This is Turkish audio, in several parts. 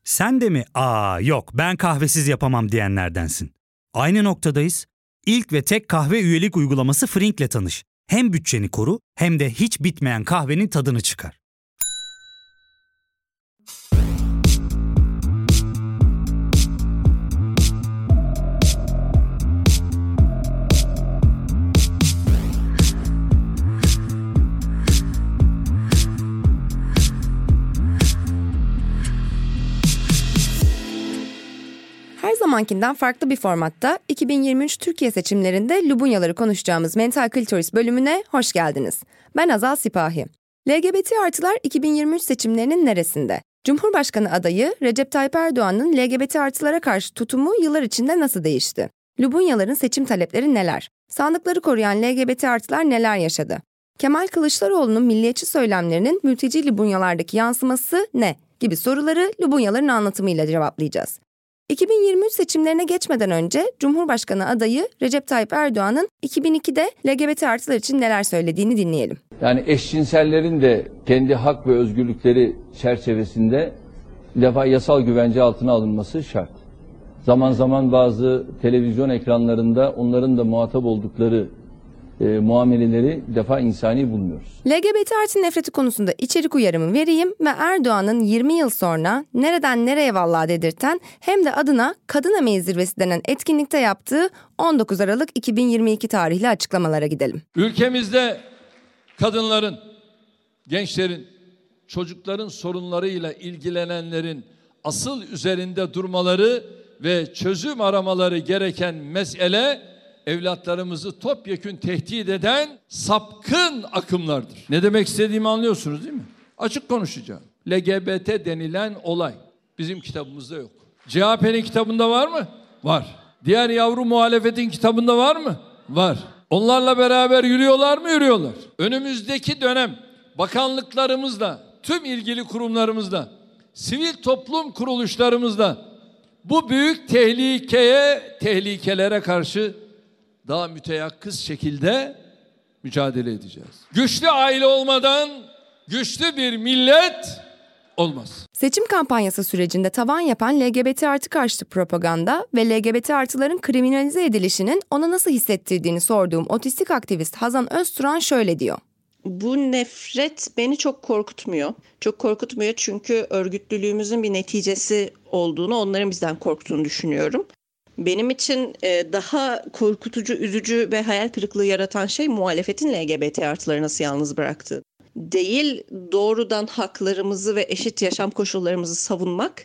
Sen de mi yok ben kahvesiz yapamam diyenlerdensin? Aynı noktadayız. İlk ve tek kahve üyelik uygulaması Frink'le tanış. Hem bütçeni koru hem de hiç bitmeyen kahvenin tadını çıkar. Her zamankinden farklı bir formatta 2023 Türkiye seçimlerinde Lubunyaları konuşacağımız Mental Klitoris bölümüne hoş geldiniz. Ben Azal Sipahi. LGBT artılar 2023 seçimlerinin neresinde? Cumhurbaşkanı adayı Recep Tayyip Erdoğan'ın LGBT artılara karşı tutumu yıllar içinde nasıl değişti? Lubunyaların seçim talepleri neler? Sandıkları koruyan LGBT artılar neler yaşadı? Kemal Kılıçdaroğlu'nun milliyetçi söylemlerinin mülteci Lubunyalardaki yansıması ne? Gibi soruları Lubunyaların anlatımıyla cevaplayacağız. 2023 seçimlerine geçmeden önce Cumhurbaşkanı adayı Recep Tayyip Erdoğan'ın 2002'de LGBT artılar için neler söylediğini dinleyelim. Yani eşcinsellerin de kendi hak ve özgürlükleri çerçevesinde bir defa yasal güvence altına alınması şart. Zaman zaman bazı televizyon ekranlarında onların da muhatap oldukları muameleleri bir defa insani bulmuyoruz. LGBT artı nefreti konusunda içerik uyarımı vereyim ve Erdoğan'ın 20 yıl sonra nereden nereye vallahi dedirten hem de adına Kadın Emeği Zirvesi denen etkinlikte yaptığı 19 Aralık 2022 tarihli açıklamalara gidelim. Ülkemizde kadınların, gençlerin, çocukların sorunlarıyla ilgilenenlerin asıl üzerinde durmaları ve çözüm aramaları gereken mesele evlatlarımızı topyekün tehdit eden sapkın akımlardır. Ne demek istediğimi anlıyorsunuz değil mi? Açık konuşacağım. LGBT denilen olay bizim kitabımızda yok. CHP'nin kitabında var mı? Var. Diğer yavru muhalefetin kitabında var mı? Var. Onlarla beraber yürüyorlar mı? Yürüyorlar. Önümüzdeki dönem bakanlıklarımızla, tüm ilgili kurumlarımızla, sivil toplum kuruluşlarımızla bu büyük tehlikelere karşı daha müteyakkız şekilde mücadele edeceğiz. Güçlü aile olmadan güçlü bir millet olmaz. Seçim kampanyası sürecinde tavan yapan LGBT artı karşıtı propaganda ve LGBT artıların kriminalize edilişinin ona nasıl hissettirdiğini sorduğum otistik aktivist Hazan Özturan şöyle diyor. Bu nefret beni çok korkutmuyor. Çok korkutmuyor çünkü örgütlülüğümüzün bir neticesi olduğunu, onların bizden korktuğunu düşünüyorum. Benim için daha korkutucu, üzücü ve hayal kırıklığı yaratan şey muhalefetin LGBT artıları nasıl yalnız bıraktığı. Değil, doğrudan haklarımızı ve eşit yaşam koşullarımızı savunmak,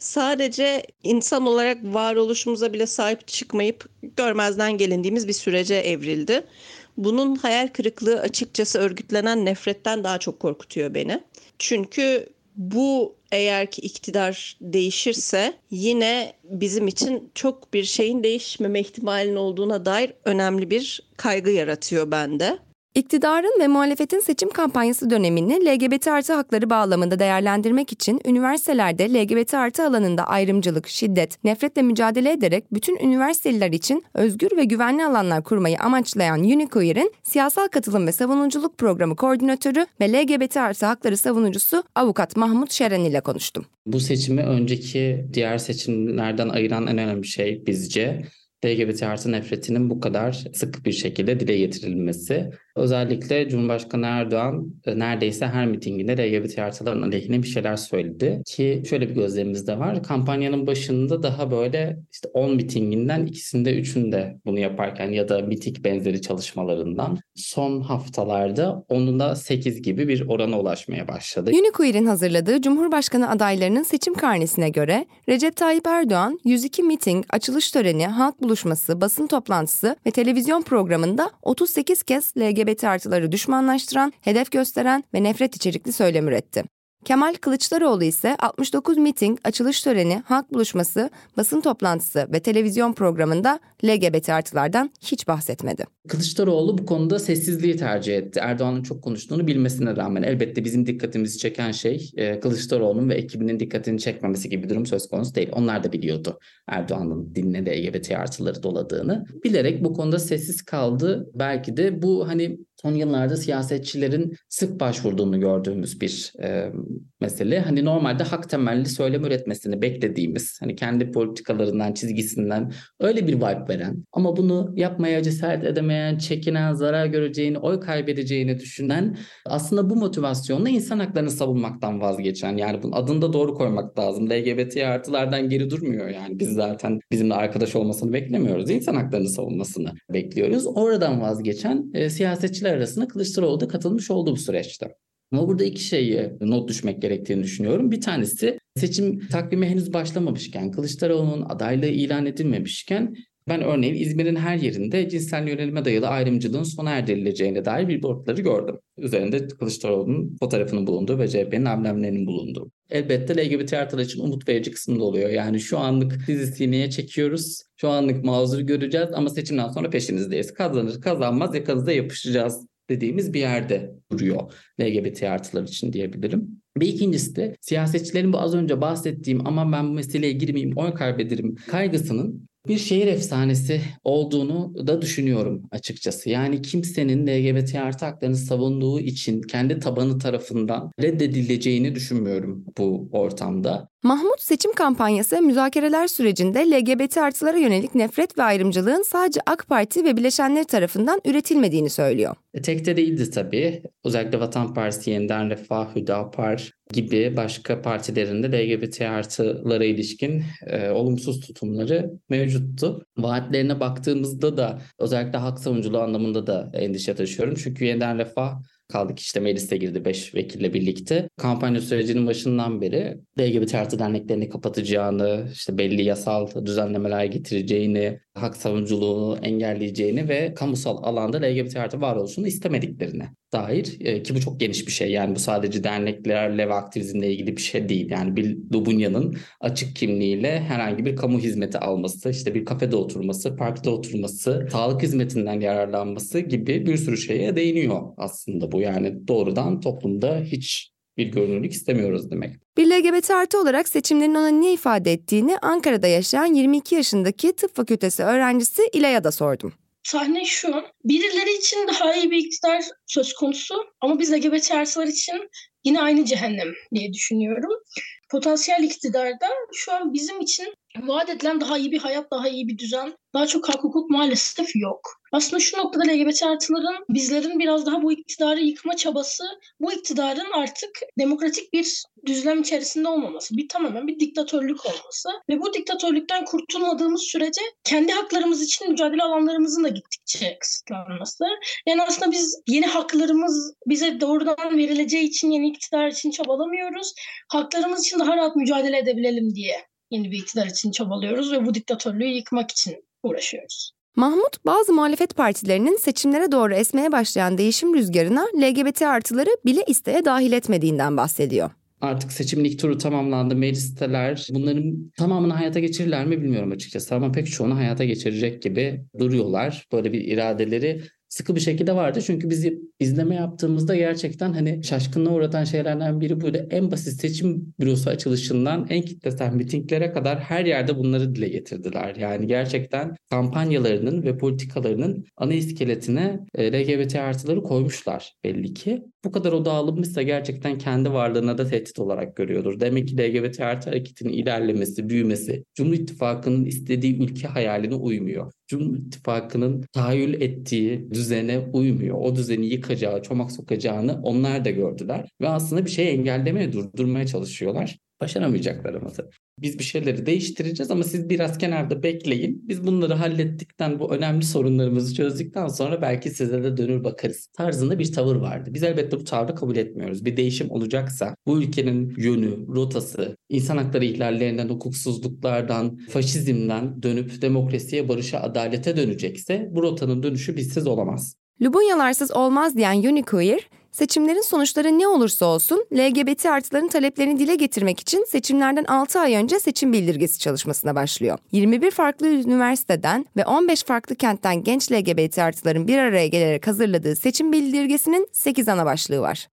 sadece insan olarak varoluşumuza bile sahip çıkmayıp görmezden gelindiğimiz bir sürece evrildi. Bunun hayal kırıklığı açıkçası örgütlenen nefretten daha çok korkutuyor beni. Çünkü bu eğer ki iktidar değişirse yine bizim için çok bir şeyin değişmeme ihtimalinin olduğuna dair önemli bir kaygı yaratıyor bende. İktidarın ve muhalefetin seçim kampanyası dönemini LGBT artı hakları bağlamında değerlendirmek için üniversitelerde LGBT artı alanında ayrımcılık, şiddet, nefretle mücadele ederek bütün üniversiteliler için özgür ve güvenli alanlar kurmayı amaçlayan Uniqueer'in siyasal katılım ve savunuculuk programı koordinatörü ve LGBT artı hakları savunucusu Avukat Mahmut Şeren ile konuştum. Bu seçimi önceki diğer seçimlerden ayıran en önemli şey bizce LGBT artı nefretinin bu kadar sık bir şekilde dile getirilmesi. Özellikle Cumhurbaşkanı Erdoğan neredeyse her mitinginde LGBT artıların aleyhine bir şeyler söyledi. Ki şöyle bir gözlemimiz de var. Kampanyanın başında daha böyle 10 mitinginden ikisinde üçünde bunu yaparken ya da miting benzeri çalışmalarından son haftalarda 10'unda 8 gibi bir orana ulaşmaya başladı. Uniqueer'in hazırladığı Cumhurbaşkanı adaylarının seçim karnesine göre Recep Tayyip Erdoğan 102 miting, açılış töreni, halk buluşması, basın toplantısı ve televizyon programında 38 kez LGBT artıları düşmanlaştıran, hedef gösteren ve nefret içerikli söylem üretti. Kemal Kılıçdaroğlu ise 69 miting, açılış töreni, halk buluşması, basın toplantısı ve televizyon programında LGBT artılardan hiç bahsetmedi. Kılıçdaroğlu bu konuda sessizliği tercih etti. Erdoğan'ın çok konuştuğunu bilmesine rağmen elbette bizim dikkatimizi çeken şey Kılıçdaroğlu'nun ve ekibinin dikkatini çekmemesi gibi bir durum söz konusu değil. Onlar da biliyordu Erdoğan'ın diline LGBT artıları doladığını. Bilerek bu konuda sessiz kaldı. Belki de bu son yıllarda siyasetçilerin sık başvurduğunu gördüğümüz bir mesele. Hani normalde hak temelli söylem üretmesini beklediğimiz, hani kendi politikalarından, çizgisinden öyle bir vibe veren ama bunu yapmaya cesaret edemeyen, çekinen, zarar göreceğini, oy kaybedeceğini düşünen, aslında bu motivasyonla insan haklarını savunmaktan vazgeçen, yani bunun adını da doğru koymak lazım. LGBT artılardan geri durmuyor yani. Biz zaten bizimle arkadaş olmasını beklemiyoruz. İnsan haklarını savunmasını bekliyoruz. Oradan vazgeçen siyasetçiler arasında Kılıçdaroğlu da katılmış oldu bu süreçte. Ama burada iki şeyi not düşmek gerektiğini düşünüyorum. Bir tanesi, seçim takvimi henüz başlamamışken, Kılıçdaroğlu'nun adaylığı ilan edilmemişken ben örneğin İzmir'in her yerinde cinsel yönelime dayalı ayrımcılığın sona erdirileceğine dair billboardları gördüm. Üzerinde Kılıçdaroğlu'nun fotoğrafının bulunduğu ve CHP'nin amblemlerinin bulunduğu. Elbette LGBT artılar için umut verici kısmı da oluyor. Yani şu anlık sizi sineye çekiyoruz, şu anlık mazur göreceğiz ama seçimden sonra peşinizdeyiz. Kazanır kazanmaz yakanıza yapışacağız dediğimiz bir yerde duruyor LGBT artılar için diyebilirim. Bir ikincisi de siyasetçilerin bu az önce bahsettiğim aman ben bu meseleye girmeyeyim, oy kaybederim kaygısının bir şehir efsanesi olduğunu da düşünüyorum açıkçası. Yani kimsenin LGBT artı haklarını savunduğu için kendi tabanı tarafından reddedileceğini düşünmüyorum bu ortamda. Mahmut, seçim kampanyası ve müzakereler sürecinde LGBT artılara yönelik nefret ve ayrımcılığın sadece AK Parti ve bileşenleri tarafından üretilmediğini söylüyor. Tek de değildi tabii. Özellikle Vatan Partisi, Yeniden Refah, Hüdapar gibi başka partilerin de LGBT artılara ilişkin olumsuz tutumları mevcuttu. Vaatlerine baktığımızda da özellikle hak savunuculuğu anlamında da endişe taşıyorum. Çünkü Yeniden Refah kaldık işte meclise girdi 5 vekille birlikte. Kampanya sürecinin başından beri LGBT artı derneklerini kapatacağını, işte belli yasal düzenlemeler getireceğini, hak savunuculuğunu engelleyeceğini ve kamusal alanda LGBT artı varoluşunu istemediklerine dair ki bu çok geniş bir şey. Yani bu sadece derneklerle ve aktivizmle ilgili bir şey değil. Yani bir Lubunya'nın açık kimliğiyle herhangi bir kamu hizmeti alması, işte bir kafede oturması, parkta oturması, sağlık hizmetinden yararlanması gibi bir sürü şeye değiniyor aslında bu. Yani doğrudan toplumda hiç bir görünürlük istemiyoruz demek. Bir LGBT artı olarak seçimlerin ona ne ifade ettiğini Ankara'da yaşayan 22 yaşındaki tıp fakültesi öğrencisi İlay'a da sordum. Sahne şu, birileri için daha iyi bir iktidar söz konusu ama biz LGBT artılar için yine aynı cehennem diye düşünüyorum. Potansiyel iktidarda şu an bizim için vaat edilen daha iyi bir hayat, daha iyi bir düzen, daha çok hak hukuk maalesef yok. Aslında şu noktada LGBT artıların, bizlerin biraz daha bu iktidarı yıkma çabası, bu iktidarın artık demokratik bir düzlem içerisinde olmaması, tamamen bir diktatörlük olması ve bu diktatörlükten kurtulmadığımız sürece kendi haklarımız için mücadele alanlarımızın da gittikçe kısıtlanması. Yani aslında biz yeni haklarımız bize doğrudan verileceği için yeni iktidar için çabalamıyoruz. Haklarımız için daha rahat mücadele edebilelim diye yeni bir iktidar için çabalıyoruz ve bu diktatörlüğü yıkmak için uğraşıyoruz. Mahmut, bazı muhalefet partilerinin seçimlere doğru esmeye başlayan değişim rüzgarına LGBT artıları bile isteye dahil etmediğinden bahsediyor. Artık seçimin ilk turu tamamlandı. Meclisteler bunların tamamını hayata geçirirler mi bilmiyorum açıkçası ama pek çoğunu hayata geçirecek gibi duruyorlar. Böyle bir iradeleri sıkı bir şekilde vardı. Çünkü bizi izleme yaptığımızda gerçekten hani şaşkınlığa uğratan şeylerden biri buydu. En basit seçim bürosu açılışından en kitlesel mitinglere kadar her yerde bunları dile getirdiler. Yani gerçekten kampanyalarının ve politikalarının ana iskeletine LGBT artıları koymuşlar belli ki. Bu kadar o dağılmışsa gerçekten kendi varlığına da tehdit olarak görüyordur. Demek ki LGBT artı hareketinin ilerlemesi, büyümesi Cumhur İttifakı'nın istediği ülke hayaline uymuyor. Cumhur İttifakı'nın tahayyül ettiği düzene uymuyor. O düzeni yıkacağı, çomak sokacağını onlar da gördüler. Ve aslında bir şeyi engellemeye, durdurmaya çalışıyorlar. Başaramayacaklar ama tabii. Biz bir şeyleri değiştireceğiz ama siz biraz kenarda bekleyin. Biz bunları hallettikten, bu önemli sorunlarımızı çözdükten sonra belki size de dönür bakarız tarzında bir tavır vardı. Biz elbette bu tavrı kabul etmiyoruz. Bir değişim olacaksa bu ülkenin yönü, rotası, insan hakları ihlallerinden, hukuksuzluklardan, faşizmden dönüp demokrasiye, barışa, adalete dönecekse bu rotanın dönüşü bizsiz olamaz. Lubunyalar olmaz diyen Uniqueer, seçimlerin sonuçları ne olursa olsun LGBT artıların taleplerini dile getirmek için seçimlerden 6 ay önce seçim bildirgesi çalışmasına başlıyor. 21 farklı üniversiteden ve 15 farklı kentten genç LGBT artıların bir araya gelerek hazırladığı seçim bildirgesinin 8 ana başlığı var.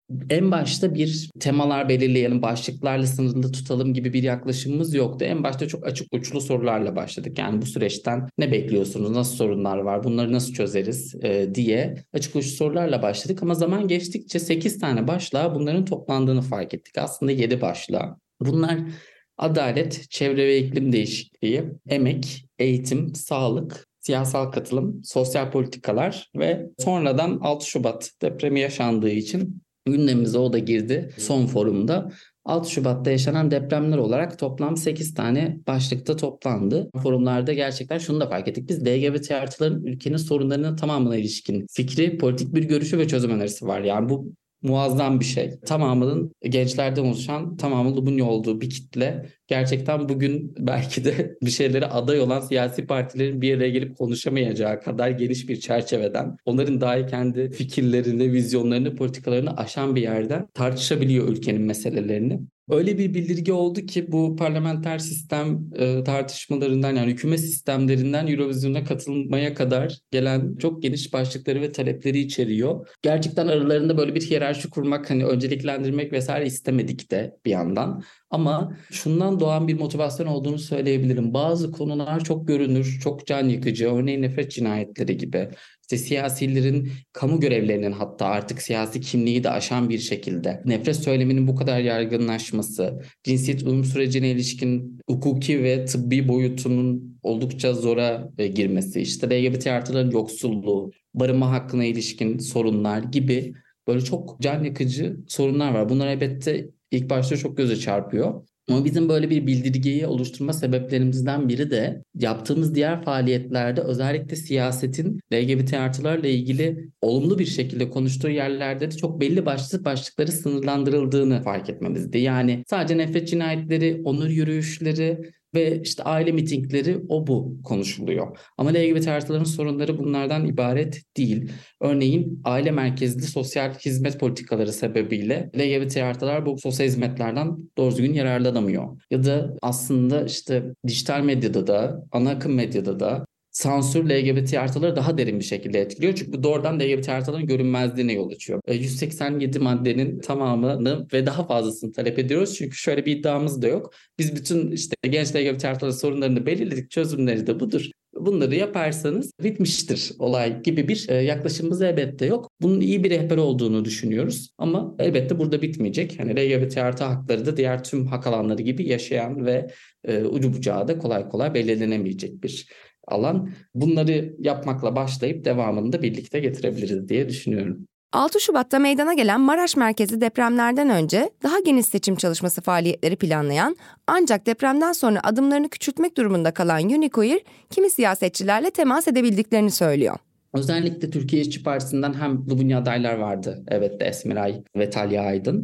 En başta bir temalar belirleyelim, başlıklarla sınırlı tutalım gibi bir yaklaşımımız yoktu. En başta çok açık uçlu sorularla başladık. Yani bu süreçten ne bekliyorsunuz, nasıl sorunlar var, bunları nasıl çözeriz diye açık uçlu sorularla başladık. Ama zaman geçtikçe 8 tane başlığa bunların toplandığını fark ettik. Aslında 7 başlığa. Bunlar adalet, çevre ve iklim değişikliği, emek, eğitim, sağlık, siyasal katılım, sosyal politikalar ve sonradan 6 Şubat depremi yaşandığı için gündemimize o da girdi son forumda. 6 Şubat'ta yaşanan depremler olarak toplam 8 tane başlıkta toplandı. Forumlarda gerçekten şunu da fark ettik. Biz LGBT artıların ülkenin sorunlarının tamamına ilişkin fikri, politik bir görüşü ve çözüm önerisi var. Yani bu muazzam bir şey. Tamamının gençlerden oluşan, tamamı Lubunya olduğu bir kitle gerçekten bugün belki de bir şeylere aday olan siyasi partilerin bir araya gelip konuşamayacağı kadar geniş bir çerçeveden, onların dahi kendi fikirlerini, vizyonlarını, politikalarını aşan bir yerden tartışabiliyor ülkenin meselelerini. Öyle bir bildirge oldu ki bu parlamenter sistem tartışmalarından, yani hükümet sistemlerinden Eurovision'a katılmaya kadar gelen çok geniş başlıkları ve talepleri içeriyor. Gerçekten aralarında böyle bir hiyerarşi kurmak, hani önceliklendirmek vesaire istemedik de bir yandan. Ama şundan doğan bir motivasyon olduğunu söyleyebilirim. Bazı konular çok görünür, çok can yıkıcı. Örneğin nefret cinayetleri gibi. İşte siyasilerin, kamu görevlerinin hatta artık siyasi kimliği de aşan bir şekilde nefret söyleminin bu kadar yaygınlaşması, cinsiyet uyum sürecine ilişkin hukuki ve tıbbi boyutunun oldukça zora girmesi, işte LGBT artıların yoksulluğu, barınma hakkına ilişkin sorunlar gibi böyle çok can yakıcı sorunlar var. Bunlar elbette ilk başta çok göze çarpıyor. Ama bizim böyle bir bildirgeyi oluşturma sebeplerimizden biri de yaptığımız diğer faaliyetlerde özellikle siyasetin LGBT artılarla ilgili olumlu bir şekilde konuştuğu yerlerde de çok belli başlıkları sınırlandırıldığını fark etmemizdi. Yani sadece nefret cinayetleri, onur yürüyüşleri ve işte aile mitingleri o bu konuşuluyor. Ama LGBT artıların sorunları bunlardan ibaret değil. Örneğin aile merkezli sosyal hizmet politikaları sebebiyle LGBT artılar bu sosyal hizmetlerden doğru düzgün yararlanamıyor. Ya da aslında işte dijital medyada da, ana akım medyada da sansür LGBT artıları daha derin bir şekilde etkiliyor. Çünkü bu doğrudan LGBT artıların görünmezliğine yol açıyor. 187 maddenin tamamını ve daha fazlasını talep ediyoruz. Çünkü şöyle bir iddiamız da yok. Biz bütün işte genç LGBT artıları sorunlarını belirledik. Çözümleri de budur. Bunları yaparsanız bitmiştir olay gibi bir yaklaşımımız elbette yok. Bunun iyi bir rehber olduğunu düşünüyoruz. Ama elbette burada bitmeyecek. Hani LGBT artı hakları da diğer tüm hak alanları gibi yaşayan ve ucu bucağı da kolay kolay belirlenemeyecek bir alan. Bunları yapmakla başlayıp devamını da birlikte getirebiliriz diye düşünüyorum. 6 Şubat'ta meydana gelen Maraş merkezli depremlerden önce daha geniş seçim çalışması faaliyetleri planlayan ancak depremden sonra adımlarını küçültmek durumunda kalan Uniqueer kimi siyasetçilerle temas edebildiklerini söylüyor. Özellikle Türkiye İşçi Partisi'nden hem Lubunya adaylar vardı. Evet de Esmeray ve Talya Aydın.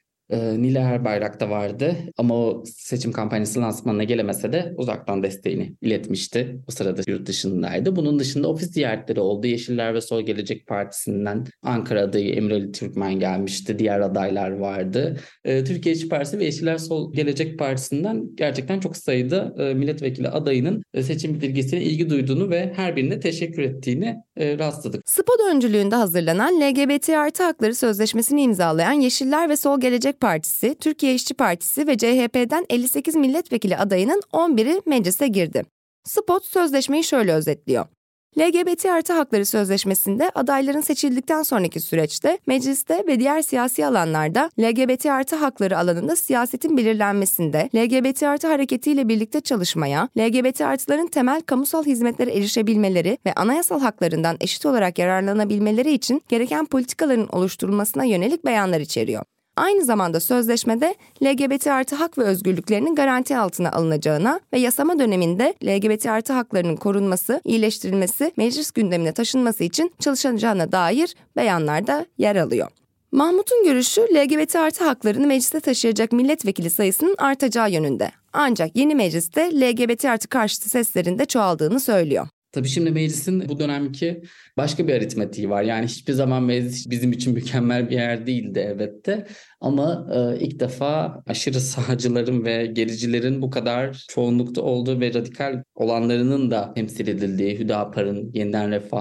Nilay Erbayrak da vardı ama o seçim kampanyası lansmanına gelemese de uzaktan desteğini iletmişti. O sırada yurt dışındaydı. Bunun dışında ofis ziyaretleri oldu. Yeşiller ve Sol Gelecek Partisi'nden Ankara adayı Emre Türkmen gelmişti. Diğer adaylar vardı. Türkiye İşçi Partisi ve Yeşiller Sol Gelecek Partisi'nden gerçekten çok sayıda milletvekili adayının seçim bildirgesiyle ilgi duyduğunu ve her birine teşekkür ettiğini rastladık. SPOD öncülüğünde hazırlanan LGBT artı hakları sözleşmesini imzalayan Yeşiller ve Sol Gelecek Partisi, Türkiye İşçi Partisi ve CHP'den 58 milletvekili adayının 11'i meclise girdi. SPOD sözleşmeyi şöyle özetliyor. LGBT artı hakları sözleşmesinde adayların seçildikten sonraki süreçte mecliste ve diğer siyasi alanlarda LGBT artı hakları alanında siyasetin belirlenmesinde, LGBT artı hareketiyle birlikte çalışmaya, LGBT artıların temel kamusal hizmetlere erişebilmeleri ve anayasal haklarından eşit olarak yararlanabilmeleri için gereken politikaların oluşturulmasına yönelik beyanlar içeriyor. Aynı zamanda sözleşmede LGBT artı hak ve özgürlüklerinin garanti altına alınacağına ve yasama döneminde LGBT artı haklarının korunması, iyileştirilmesi, meclis gündemine taşınması için çalışılacağına dair beyanlarda yer alıyor. Mahmut'un görüşü LGBT artı haklarını mecliste taşıyacak milletvekili sayısının artacağı yönünde. Ancak yeni mecliste LGBT artı karşıtı seslerin de çoğaldığını söylüyor. Tabii şimdi meclisin bu dönemki başka bir aritmetiği var. Yani hiçbir zaman meclis bizim için mükemmel bir yer değildi elbette. Ama ilk defa aşırı sağcıların ve gericilerin bu kadar çoğunlukta olduğu ve radikal olanlarının da temsil edildiği, Hüdapar'ın, Yeniden Refah'ın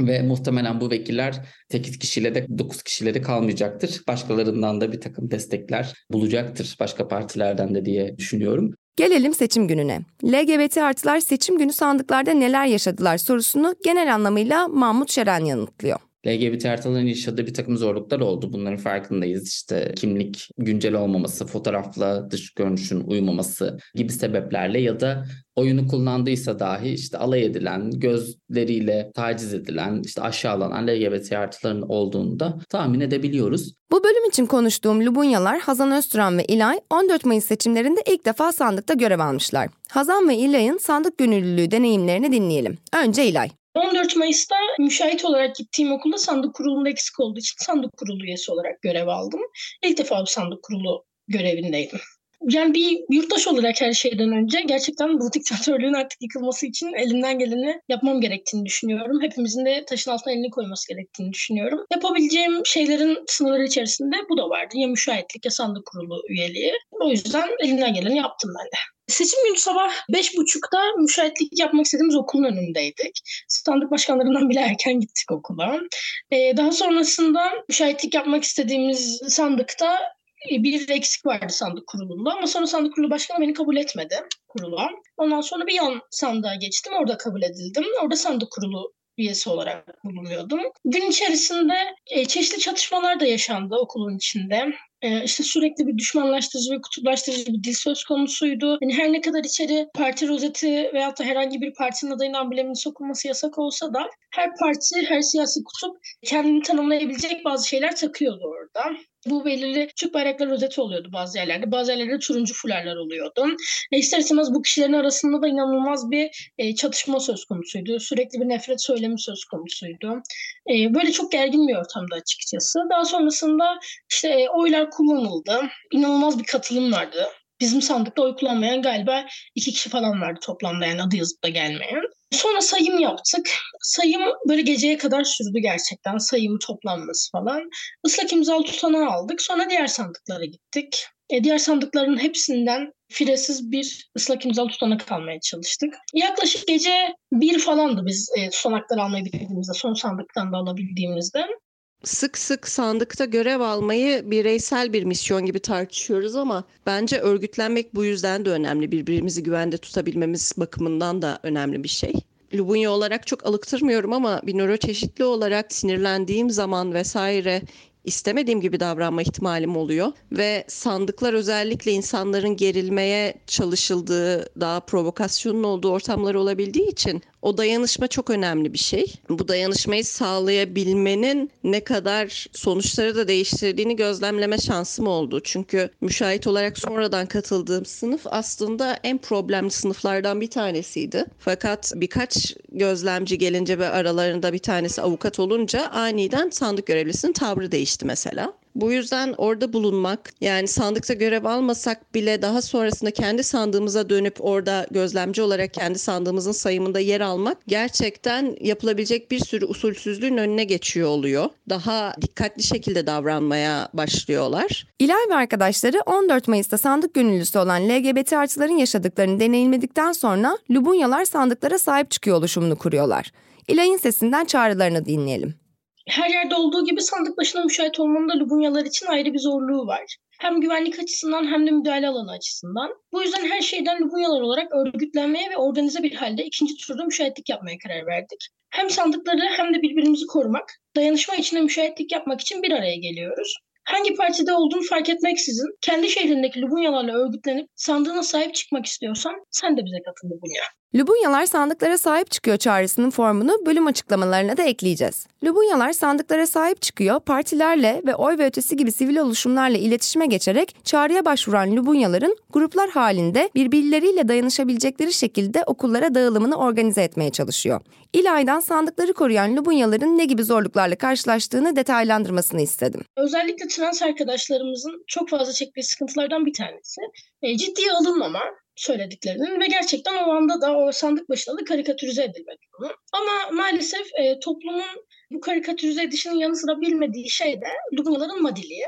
Ve muhtemelen bu vekiller 8 kişiyle de 9 kişiyle de kalmayacaktır. Başkalarından da bir takım destekler bulacaktır, başka partilerden de diye düşünüyorum. Gelelim seçim gününe. LGBT artılar seçim günü sandıklarda neler yaşadılar sorusunu genel anlamıyla Mahmut Şeren yanıtlıyor. LGBT artıların yaşadığı bir takım zorluklar oldu. Bunların farkındayız. İşte kimlik güncel olmaması, fotoğrafla dış görünüşün uymaması gibi sebeplerle ya da oyunu kullandıysa dahi işte alay edilen, gözleriyle taciz edilen, işte aşağılanan LGBT artıların olduğunu da tahmin edebiliyoruz. Bu bölüm için konuştuğum Lubunyalar Hazan Öztürk ve İlay 14 Mayıs seçimlerinde ilk defa sandıkta görev almışlar. Hazan ve İlay'ın sandık gönüllülüğü deneyimlerini dinleyelim. Önce İlay. 14 Mayıs'ta müşahit olarak gittiğim okulda sandık kurulunda eksik olduğu için sandık kurulu üyesi olarak görev aldım. İlk defa bu sandık kurulu görevindeydim. Yani bir yurttaş olarak her şeyden önce gerçekten bu diktatörlüğün artık yıkılması için elimden geleni yapmam gerektiğini düşünüyorum. Hepimizin de taşın altına elini koyması gerektiğini düşünüyorum. Yapabileceğim şeylerin sınırları içerisinde bu da vardı. Ya müşahitlik ya sandık kurulu üyeliği. O yüzden elimden geleni yaptım ben de. Seçim günü sabah 5.30'da müşahitlik yapmak istediğimiz okulun önündeydik. Sandık başkanlarından bile erken gittik okula. Daha sonrasında müşahitlik yapmak istediğimiz sandıkta bir eksik vardı sandık kurulunda. Ama sonra sandık kurulu başkanı beni kabul etmedi kurula. Ondan sonra bir yan sandığa geçtim. Orada kabul edildim. Orada sandık kurulu üyesi olarak bulunuyordum. Gün içerisinde çeşitli çatışmalar da yaşandı okulun içinde. İşte sürekli bir düşmanlaştırıcı ve kutuplaştırıcı bir dil söz konusuydu. Yani her ne kadar içeri parti rozeti veyahut da herhangi bir partinin adayının ambleminin sokulması yasak olsa da her parti, her siyasi kutup kendini tanımlayabilecek bazı şeyler takıyordu orada. Bu belirli Türk bayrakları rozeti oluyordu bazı yerlerde. Bazı yerlerde turuncu fularlar oluyordu. İster istemez bu kişilerin arasında da inanılmaz bir çatışma söz konusuydu. Sürekli bir nefret söylemi söz konusuydu. Böyle çok gergin bir ortamda açıkçası. Daha sonrasında işte oylar kullanıldı. İnanılmaz bir katılım vardı. Bizim sandıkta oy kullanmayan galiba 2 kişi falan vardı toplamda, yani adı yazıp da gelmeyen. Sonra sayım yaptık. Sayım böyle geceye kadar sürdü gerçekten. Sayım toplanması falan. Islak imzalı tutanağı aldık. Sonra diğer sandıklara gittik. Diğer sandıkların hepsinden firesiz bir ıslak imzalı tutanak almaya çalıştık. Yaklaşık gece 1 falandı biz tutanakları almayı bitirdiğimizde, son sandıktan da alabildiğimizde. Sık sık sandıkta görev almayı bireysel bir misyon gibi tartışıyoruz ama bence örgütlenmek bu yüzden de önemli. Birbirimizi güvende tutabilmemiz bakımından da önemli bir şey. Lubunya olarak çok alıktırmıyorum ama bir nöroçeşitli olarak sinirlendiğim zaman vesaire istemediğim gibi davranma ihtimalim oluyor. Ve sandıklar özellikle insanların gerilmeye çalışıldığı, daha provokasyonun olduğu ortamlar olabildiği için o dayanışma çok önemli bir şey. Bu dayanışmayı sağlayabilmenin ne kadar sonuçları da değiştirdiğini gözlemleme şansım oldu. Çünkü müşahit olarak sonradan katıldığım sınıf aslında en problemli sınıflardan bir tanesiydi. Fakat birkaç gözlemci gelince ve aralarında bir tanesi avukat olunca aniden sandık görevlisinin tavrı değişti mesela. Bu yüzden orada bulunmak, yani sandıkta görev almasak bile daha sonrasında kendi sandığımıza dönüp orada gözlemci olarak kendi sandığımızın sayımında yer almak gerçekten yapılabilecek bir sürü usulsüzlüğün önüne geçiyor oluyor. Daha dikkatli şekilde davranmaya başlıyorlar. İlay ve arkadaşları 14 Mayıs'ta sandık gönüllüsü olan LGBT artıların yaşadıklarını deneyimledikten sonra Lubunyalar sandıklara sahip çıkıyor oluşumunu kuruyorlar. İlay'ın sesinden çağrılarını dinleyelim. Her yerde olduğu gibi sandık başına müşahit olmanın da Lubunyalar için ayrı bir zorluğu var. Hem güvenlik açısından hem de müdahale alanı açısından. Bu yüzden her şeyden Lubunyalar olarak örgütlenmeye ve organize bir halde ikinci turda müşahitlik yapmaya karar verdik. Hem sandıkları hem de birbirimizi korumak, dayanışma içinde müşahitlik yapmak için bir araya geliyoruz. Hangi partide olduğunu fark etmeksizin kendi şehrindeki Lubunyalarla örgütlenip sandığına sahip çıkmak istiyorsan sen de bize katıl Lubunya. Lubunyalar sandıklara sahip çıkıyor çağrısının formunu bölüm açıklamalarına da ekleyeceğiz. Lubunyalar sandıklara sahip çıkıyor, partilerle ve oy ve ötesi gibi sivil oluşumlarla iletişime geçerek çağrıya başvuran Lubunyaların gruplar halinde birbirleriyle dayanışabilecekleri şekilde okullara dağılımını organize etmeye çalışıyor. İlay'dan sandıkları koruyan Lubunyaların ne gibi zorluklarla karşılaştığını detaylandırmasını istedim. Özellikle trans arkadaşlarımızın çok fazla çektiği sıkıntılardan bir tanesi ciddiye alınmama söylediklerinin ve gerçekten o anda da o sandık başında da karikatürize edilmek durumu. Ama maalesef toplumun bu karikatürize edişinin yanı sıra bilmediği şey de Lubunyaların madiliği.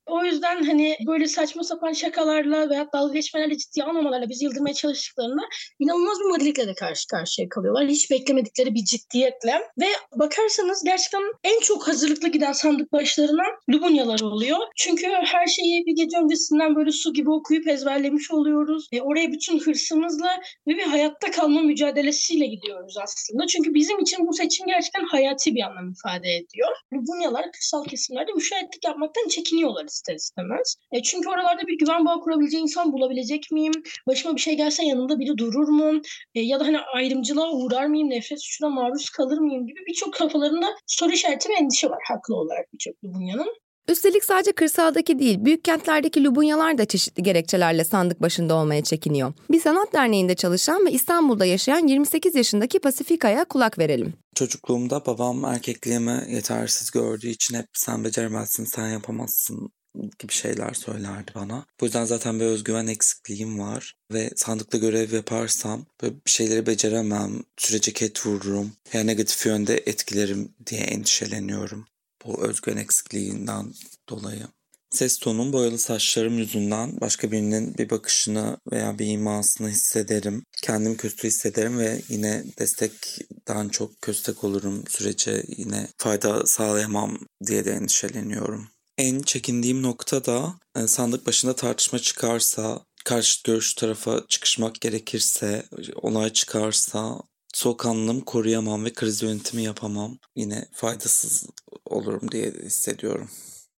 O yüzden hani böyle saçma sapan şakalarla veya dalga geçmelerle, ciddiye almamalarla bizi yıldırmaya çalıştıklarında inanılmaz bir modelikle de karşı karşıya kalıyorlar. Hiç beklemedikleri bir ciddiyetle. Ve bakarsanız gerçekten en çok hazırlıklı giden sandık başlarına Lubunyalar oluyor. Çünkü her şeyi bir gece öncesinden böyle su gibi okuyup ezberlemiş oluyoruz. Oraya bütün hırsımızla ve bir hayatta kalma mücadelesiyle gidiyoruz aslında. Çünkü bizim için bu seçim gerçekten hayati bir anlam ifade ediyor. Lubunyalar kırsal kesimlerde müşahitlik yapmaktan çekiniyorlar ister istemez. Çünkü oralarda bir güven bağı kurabileceği insan bulabilecek miyim? Başıma bir şey gelse yanımda biri durur mu? Ya da hani ayrımcılığa uğrar mıyım? Nefret suçuna maruz kalır mıyım gibi birçok kafalarında soru işareti ve endişe var haklı olarak birçok Lubunyanın. Üstelik sadece kırsaldaki değil, büyük kentlerdeki Lubunyalar da çeşitli gerekçelerle sandık başında olmaya çekiniyor. Bir sanat derneğinde çalışan ve İstanbul'da yaşayan 28 yaşındaki Pasifika'ya kulak verelim. Çocukluğumda babam erkekliğimi yetersiz gördüğü için hep sen beceremezsin, sen yapamazsın gibi şeyler söylerdi bana. Bu yüzden zaten bir özgüven eksikliğim var ve sandıkta görev yaparsam böyle bir şeyleri beceremem, sürece ket vururum veya negatif yönde etkilerim diye endişeleniyorum. Bu özgüven eksikliğinden dolayı. Ses tonum, boyalı saçlarım yüzünden başka birinin bir bakışını veya bir imasını hissederim. Kendimi kötü hissederim ve yine destekten çok köstek olurum. Sürece yine fayda sağlayamam diye de endişeleniyorum. En çekindiğim nokta da sandık başında tartışma çıkarsa, karşı görüş tarafa çıkışmak gerekirse, olay çıkarsa soğukkanlılığımı koruyamam ve kriz yönetimi yapamam. Yine faydasız olurum diye hissediyorum.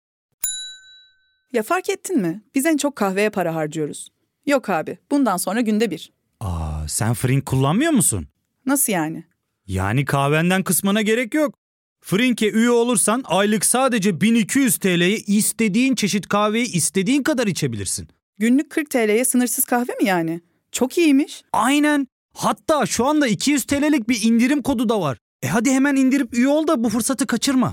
Ya fark ettin mi? Biz en çok kahveye para harcıyoruz. Yok abi, bundan sonra günde bir. Sen Frink kullanmıyor musun? Nasıl yani? Yani kahvenden kısmına gerek yok. Frink'e üye olursan aylık sadece 1200 TL'ye istediğin çeşit kahveyi istediğin kadar içebilirsin. Günlük 40 TL'ye sınırsız kahve mi yani? Çok iyiymiş. Aynen. Hatta şu anda 200 TL'lik bir indirim kodu da var. Hadi hemen indirip üye ol da bu fırsatı kaçırma.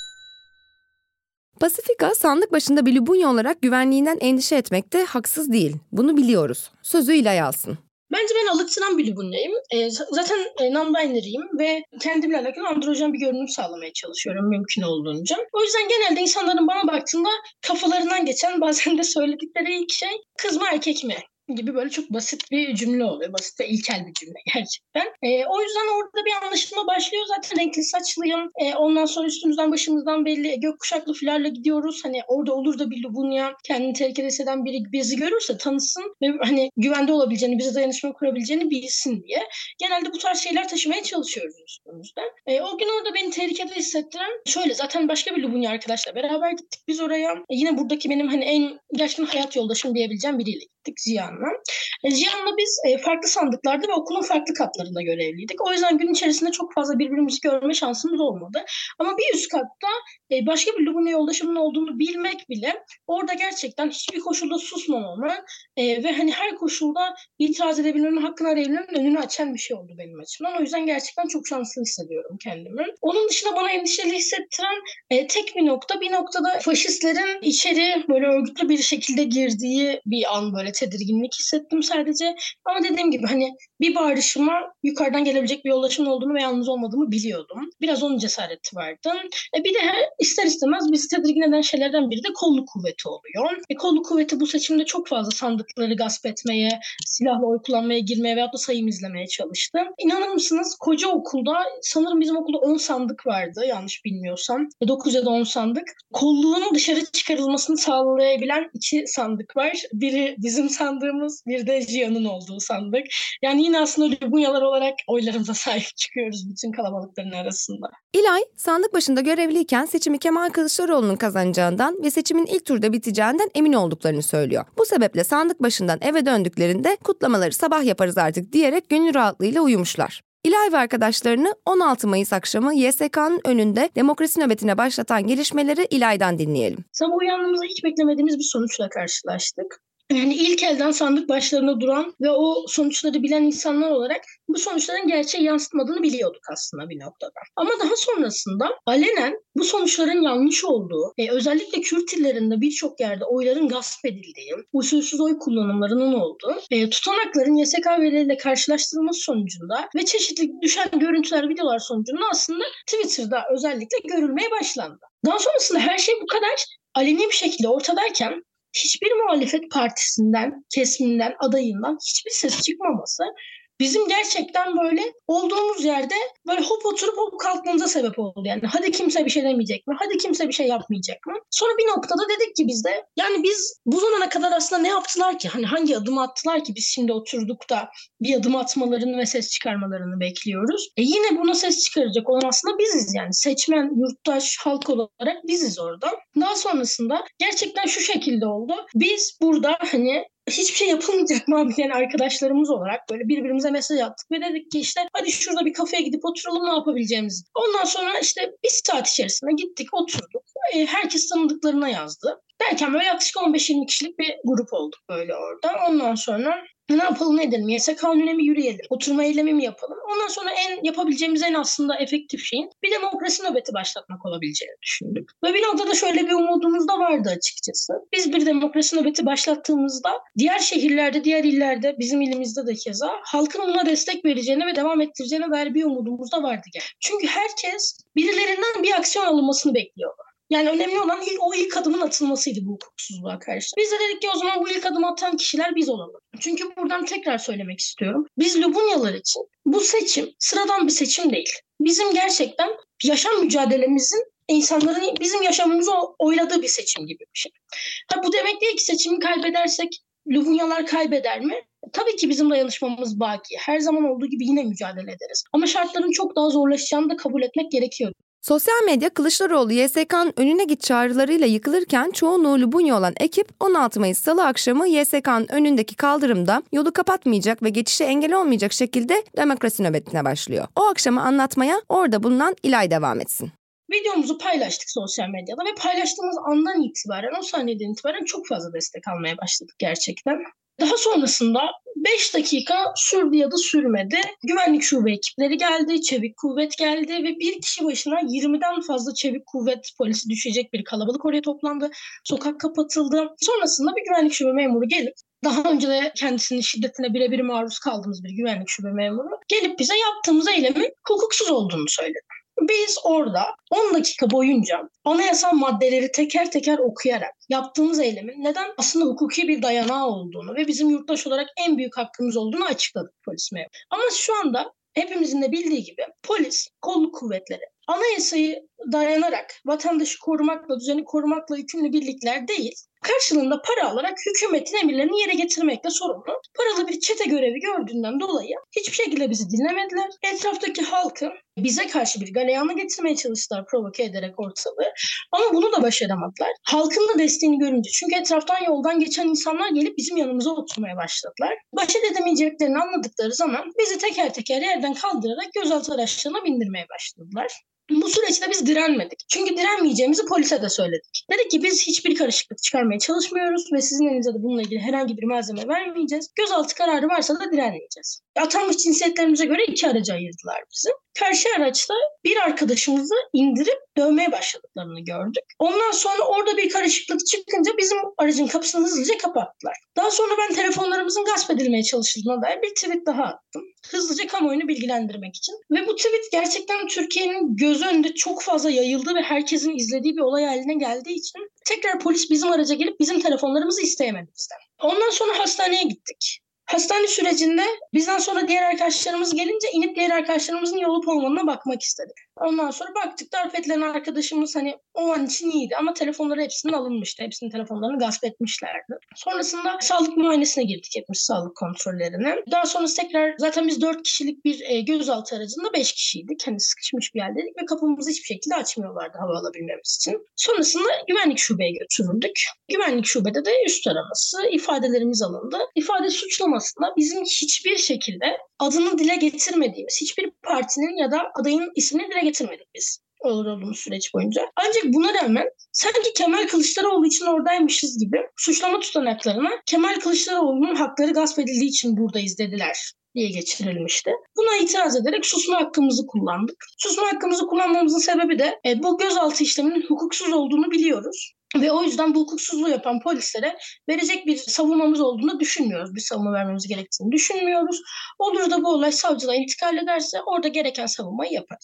Pasifika sandık başında bir Lubunya olarak güvenliğinden endişe etmekte haksız değil. Bunu biliyoruz. Sözü İlay alsın. Bence ben alıktıran bir Lubunya'yım. Zaten non-binary'yim ve kendimle alakalı androjen bir görünüm sağlamaya çalışıyorum mümkün olduğunca. O yüzden genelde insanların bana baktığında kafalarından geçen, bazen de söyledikleri ilk şey kız mı erkek mi gibi böyle çok basit bir cümle oluyor. Basit ve ilkel bir cümle gerçekten. O yüzden orada bir anlaşılma başlıyor. Zaten renkli saçlıyım. Ondan sonra üstümüzden başımızdan belli gökkuşaklı fularla gidiyoruz. Hani orada olur da bir Lubunya kendini tehlikede hisseden biri bizi görürse tanısın ve hani güvende olabileceğini, bize dayanışma kurabileceğini bilsin diye. Genelde bu tarz şeyler taşımaya çalışıyoruz üstümüzden. O gün orada beni tehlikede hissettiren şöyle, zaten başka bir Lubunya arkadaşla beraber gittik biz oraya. Yine buradaki benim hani en gerçekten hayat yoldaşım diyebileceğim biriyle gittik, Ziyan'la. Cihan'la biz farklı sandıklarda ve okulun farklı katlarında görevliydik. O yüzden gün içerisinde çok fazla birbirimizi görme şansımız olmadı. Ama bir üst katta başka bir Lubunya yoldaşımın olduğunu bilmek bile orada gerçekten hiçbir koşulda susmamamı ve hani her koşulda itiraz edebilmemin, hakkını arayabilmemin önünü açan bir şey oldu benim açımdan. O yüzden gerçekten çok şanslı hissediyorum kendimi. Onun dışında bana endişeli hissettiren tek bir nokta, bir noktada faşistlerin içeri böyle örgütlü bir şekilde girdiği bir an, böyle tedirginlik hissettim sadece. Ama dediğim gibi hani bir bağırışıma yukarıdan gelebilecek bir yoldaşımın olduğunu ve yalnız olmadığımı biliyordum. Biraz onun cesareti vardı. Bir de ister istemez bizi tedirgin eden şeylerden biri de kolluk kuvveti oluyor. Kolluk kuvveti bu seçimde çok fazla sandıkları gasp etmeye, silahla oy kullanmaya girmeye veyahut da sayım izlemeye çalıştı. İnanır mısınız, koca okulda sanırım bizim okulda 10 sandık vardı yanlış bilmiyorsam. 9 ya da 10 sandık. Kolluğun dışarı çıkarılmasını sağlayabilen 2 sandık var. Biri bizim sandığımız, bir de Jia'nın olduğu sandık. Yani yine aslında Lubunyalar olarak oylarımıza sahip çıkıyoruz bütün kalabalıkların arasında. İlay, sandık başında görevliyken seçimi Kemal Kılıçdaroğlu'nun kazanacağından ve seçimin ilk turda biteceğinden emin olduklarını söylüyor. Bu sebeple sandık başından eve döndüklerinde kutlamaları sabah yaparız artık diyerek gönül rahatlığıyla uyumuşlar. İlay ve arkadaşlarını 16 Mayıs akşamı YSK'nın önünde demokrasi nöbetine başlatan gelişmeleri İlay'dan dinleyelim. Sabah uyandığımızda hiç beklemediğimiz bir sonuçla karşılaştık. Yani ilk elden sandık başlarına duran ve o sonuçları bilen insanlar olarak bu sonuçların gerçeği yansıtmadığını biliyorduk aslında bir noktada. Ama daha sonrasında alenen bu sonuçların yanlış olduğu, özellikle Kürt illerinde birçok yerde oyların gasp edildiği, usulsüz oy kullanımlarının olduğu, tutanakların YSK verileriyle karşılaştırılması sonucunda ve çeşitli düşen görüntüler, videolar sonucunda aslında Twitter'da özellikle görülmeye başlandı. Daha sonrasında her şey bu kadar aleni bir şekilde ortadayken hiçbir muhalefet partisinden, kesiminden, adayından hiçbir ses çıkmaması bizim gerçekten böyle olduğumuz yerde böyle hop oturup hop kalkmamıza sebep oldu. Yani hadi kimse bir şey demeyecek mi? Hadi kimse bir şey yapmayacak mı? Sonra bir noktada dedik ki biz de yani biz bu zamana kadar aslında ne yaptılar ki? Hani hangi adımı attılar ki biz şimdi oturduk da bir adım atmalarını ve ses çıkarmalarını bekliyoruz. Yine buna ses çıkaracak olan aslında biziz yani. Seçmen, yurttaş, halk olarak biziz orada. Daha sonrasında gerçekten şu şekilde oldu. Biz burada hani hiçbir şey yapılmayacak mı abi yani arkadaşlarımız olarak böyle birbirimize mesaj attık ve dedik ki işte hadi şurada bir kafeye gidip oturalım ne yapabileceğimizi. Ondan sonra işte bir saat içerisinde gittik oturduk. Herkes tanıdıklarına yazdı. Derken böyle yaklaşık 15-20 kişilik bir grup olduk böyle orada. Ondan sonra ne yapalım ne edelim? YSK'nın mi yürüyelim? Oturma eylemi mi yapalım? Ondan sonra yapabileceğimiz en aslında efektif şeyin bir demokrasi nöbeti başlatmak olabileceğini düşündük. Ve bir noktada şöyle bir umudumuz da vardı açıkçası. Biz bir demokrasi nöbeti başlattığımızda diğer şehirlerde, diğer illerde, bizim ilimizde de keza halkın buna destek vereceğine ve devam ettireceğine dair bir umudumuz da vardı. Çünkü herkes birilerinden bir aksiyon alınmasını bekliyordu. Yani önemli olan o ilk adımın atılmasıydı bu hukuksuzluğa karşı. Biz de dedik ki o zaman bu ilk adımı atan kişiler biz olalım. Çünkü buradan tekrar söylemek istiyorum. Biz Lubunyalar için bu seçim sıradan bir seçim değil. Bizim gerçekten yaşam mücadelemizin insanların bizim yaşamımızı oyladığı bir seçim gibi bir şey. Bu demek değil ki seçimi kaybedersek Lubunyalar kaybeder mi? Tabii ki bizim dayanışmamız baki. Her zaman olduğu gibi yine mücadele ederiz. Ama şartların çok daha zorlaşacağını da kabul etmek gerekiyor. Sosyal medya Kılıçdaroğlu YSK'nın önüne git çağrılarıyla yıkılırken çoğunluğu Lubunya olan ekip 16 Mayıs Salı akşamı YSK'nın önündeki kaldırımda yolu kapatmayacak ve geçişe engel olmayacak şekilde demokrasi nöbetine başlıyor. O akşamı anlatmaya orada bulunan İlay devam etsin. Videomuzu paylaştık sosyal medyada ve paylaştığımız andan itibaren, o saniyeden itibaren çok fazla destek almaya başladık gerçekten. Daha sonrasında 5 dakika sürdü ya da sürmedi. Güvenlik şube ekipleri geldi, çevik kuvvet geldi ve bir kişi başına 20'den fazla çevik kuvvet polisi düşecek bir kalabalık oraya toplandı. Sokak kapatıldı. Sonrasında bir güvenlik şube memuru gelip, daha önce de kendisinin şiddetine birebir maruz kaldığımız bir güvenlik şube memuru gelip bize yaptığımız eylemin hukuksuz olduğunu söyledi. Biz orada 10 dakika boyunca anayasal maddeleri teker teker okuyarak yaptığımız eylemin neden aslında hukuki bir dayanağı olduğunu ve bizim yurttaş olarak en büyük hakkımız olduğunu açıkladık polis memuru. Ama şu anda hepimizin de bildiği gibi polis, kolluk kuvvetleri anayasayı dayanarak vatandaşı korumakla, düzeni korumakla yükümlü birlikler değil, karşılığında para alarak hükümetin emirlerini yere getirmekle sorumlu. Paralı bir çete görevi gördüğünden dolayı hiçbir şekilde bizi dinlemediler. Etraftaki halkı bize karşı bir galeyana getirmeye çalıştılar, provoke ederek ortalığı. Ama bunu da başaramadılar. Halkın da desteğini görünce, çünkü etraftan yoldan geçen insanlar gelip bizim yanımıza oturmaya başladılar. Baş edemeyeceklerini anladıkları zaman bizi teker teker yerden kaldırarak gözaltı araçlarına bindirmeye başladılar. Bu süreçte biz direnmedik. Çünkü direnmeyeceğimizi polise de söyledik. Dedik ki biz hiçbir karışıklık çıkarmaya çalışmıyoruz ve sizin elinize de bununla ilgili herhangi bir malzeme vermeyeceğiz. Gözaltı kararı varsa da direnmeyeceğiz. Atanmış cinsiyetlerimize göre 2 araca ayırdılar bizi. Karşı araçta bir arkadaşımızı indirip dövmeye başladıklarını gördük. Ondan sonra orada bir karışıklık çıkınca bizim aracın kapısını hızlıca kapattılar. Daha sonra ben telefonlarımızın gasp edilmeye çalışıldığına dair bir tweet daha attım. Hızlıca kamuoyunu bilgilendirmek için. Ve bu tweet gerçekten Türkiye'nin göz önünde çok fazla yayıldığı ve herkesin izlediği bir olay haline geldiği için tekrar polis bizim araca gelip bizim telefonlarımızı isteyemedi bizden. Ondan sonra hastaneye gittik. Hastane sürecinde bizden sonra diğer arkadaşlarımız gelince inip diğer arkadaşlarımızın yolup olmadığına bakmak istedik. Ondan sonra baktık, darp edilen arkadaşımız hani o an için iyiydi ama telefonları hepsinin alınmıştı. Hepsinin telefonlarını gasp etmişlerdi. Sonrasında sağlık muayenesine girdik, hepimiz sağlık kontrollerine. Daha sonrası tekrar zaten biz 4 kişilik bir gözaltı aracında 5 kişiydik. Hani sıkışmış bir yerdeydik ve kapımızı hiçbir şekilde açmıyorlardı hava alabilmemiz için. Sonrasında güvenlik şubeye götürüldük. Güvenlik şubede de üst araması, ifadelerimiz alındı. İfade suçlamasında bizim hiçbir şekilde adını dile getirmediğimiz, hiçbir partinin ya da adayın ismini dile getirmedik biz olduğumuz süreç boyunca. Ancak buna rağmen sanki Kemal Kılıçdaroğlu için oradaymışız gibi suçlama tutanaklarına Kemal Kılıçdaroğlu'nun hakları gasp edildiği için buradayız dediler diye geçirilmişti. Buna itiraz ederek susma hakkımızı kullandık. Susma hakkımızı kullanmamızın sebebi de bu gözaltı işleminin hukuksuz olduğunu biliyoruz. Ve o yüzden bu hukuksuzluğu yapan polislere verecek bir savunmamız olduğunu düşünmüyoruz. Bir savunma vermemiz gerektiğini düşünmüyoruz. Olur da bu olay savcılığa intikal ederse orada gereken savunmayı yapar.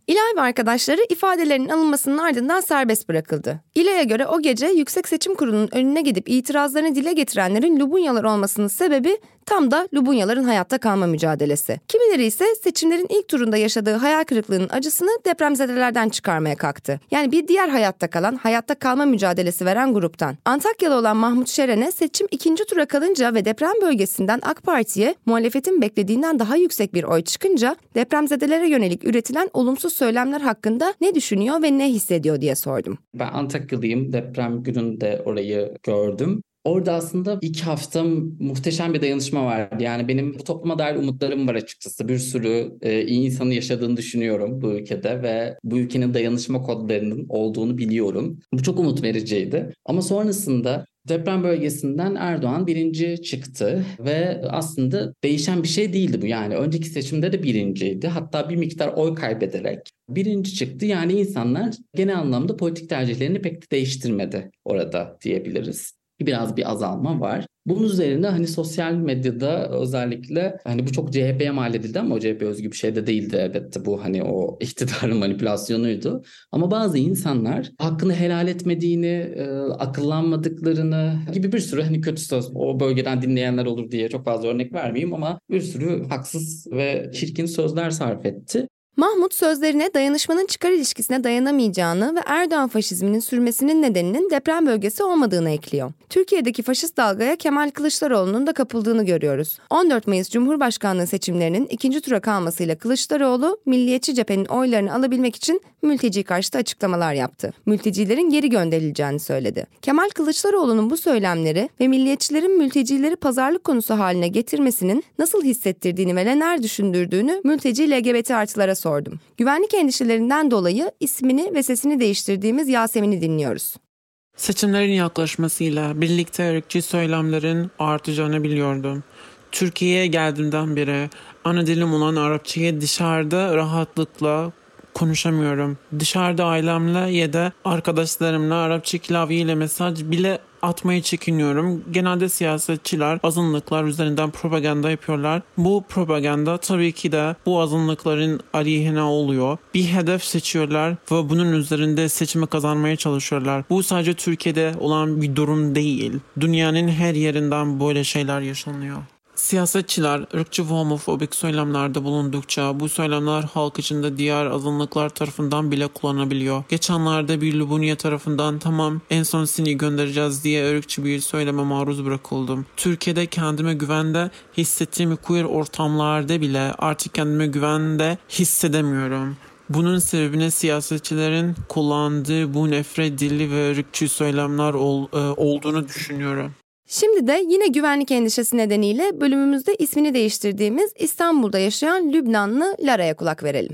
İlay ve arkadaşları ifadelerinin alınmasının ardından serbest bırakıldı. İlay'a göre o gece Yüksek Seçim Kurulu'nun önüne gidip itirazlarını dile getirenlerin Lubunyalar olmasının sebebi tam da Lubunyaların hayatta kalma mücadelesi. Kimileri ise seçimlerin ilk turunda yaşadığı hayal kırıklığının acısını depremzedelerden çıkarmaya kalktı. Yani bir diğer hayatta kalan, hayatta kalma mücadelesi veren gruptan. Antakyalı olan Mahmut Şeren'e seçim ikinci tura kalınca ve deprem bölgesinden AK Parti'ye muhalefetin beklediğinden daha yüksek bir oy çıkınca depremzedelere yönelik üretilen olumsuz söylemler hakkında ne düşünüyor ve ne hissediyor diye sordum. Ben Antakyalıyım. Deprem gününde orayı gördüm. Orada aslında ilk hafta muhteşem bir dayanışma vardı. Yani benim bu topluma dair umutlarım var açıkçası. Bir sürü iyi insanın yaşadığını düşünüyorum bu ülkede ve bu ülkenin dayanışma kodlarının olduğunu biliyorum. Bu çok umut vericiydi. Ama sonrasında deprem bölgesinden Erdoğan birinci çıktı ve aslında değişen bir şey değildi bu. Yani önceki seçimde de birinciydi. Hatta bir miktar oy kaybederek birinci çıktı. Yani insanlar genel anlamda politik tercihlerini pek de değiştirmedi orada diyebiliriz. Biraz bir azalma var. Bunun üzerine hani sosyal medyada özellikle hani bu çok CHP'ye mal edildi ama o CHP özgü bir şey de değildi elbette. Bu hani o iktidarın manipülasyonuydu. Ama bazı insanlar hakkını helal etmediğini, akıllanmadıklarını gibi bir sürü hani kötü söz, o bölgeden dinleyenler olur diye çok fazla örnek vermeyeyim ama bir sürü haksız ve çirkin sözler sarf etti. Mahmut sözlerine dayanışmanın çıkar ilişkisine dayanamayacağını ve Erdoğan faşizminin sürmesinin nedeninin deprem bölgesi olmadığını ekliyor. Türkiye'deki faşist dalgaya Kemal Kılıçdaroğlu'nun da kapıldığını görüyoruz. 14 Mayıs Cumhurbaşkanlığı seçimlerinin ikinci tura kalmasıyla Kılıçdaroğlu, Milliyetçi Cephe'nin oylarını alabilmek için mülteci karşıtı açıklamalar yaptı. Mültecilerin geri gönderileceğini söyledi. Kemal Kılıçdaroğlu'nun bu söylemleri ve milliyetçilerin mültecileri pazarlık konusu haline getirmesinin nasıl hissettirdiğini ve neler düşündürdüğünü mülteci LGBT artılara sordum. Güvenlik endişelerinden dolayı ismini ve sesini değiştirdiğimiz Yasemin'i dinliyoruz. Seçimlerin yaklaşmasıyla birlikte ırkçı söylemlerin artacağını biliyordum. Türkiye'ye geldiğimden beri ana dilim olan Arapçayı dışarıda rahatlıkla konuşamıyorum. Dışarıda ailemle ya da arkadaşlarımla Arapça klavyeyle mesaj bile atmaya çekiniyorum. Genelde siyasetçiler azınlıklar üzerinden propaganda yapıyorlar. Bu propaganda tabii ki de bu azınlıkların aleyhine oluyor. Bir hedef seçiyorlar ve bunun üzerinde seçimi kazanmaya çalışıyorlar. Bu sadece Türkiye'de olan bir durum değil. Dünyanın her yerinden böyle şeyler yaşanıyor. Siyasetçiler ırkçı ve homofobik söylemlerde bulundukça bu söylemler halk içinde diğer azınlıklar tarafından bile kullanılabiliyor. Geçenlerde bir Lubunya tarafından tamam en son seni göndereceğiz diye ırkçı bir söyleme maruz bırakıldım. Türkiye'de kendime güvende hissettiğim queer ortamlarda bile artık kendime güvende hissedemiyorum. Bunun sebebine siyasetçilerin kullandığı bu nefret dili ve ırkçı söylemler olduğunu düşünüyorum. Şimdi de yine güvenlik endişesi nedeniyle bölümümüzde ismini değiştirdiğimiz İstanbul'da yaşayan Lübnanlı Lara'ya kulak verelim.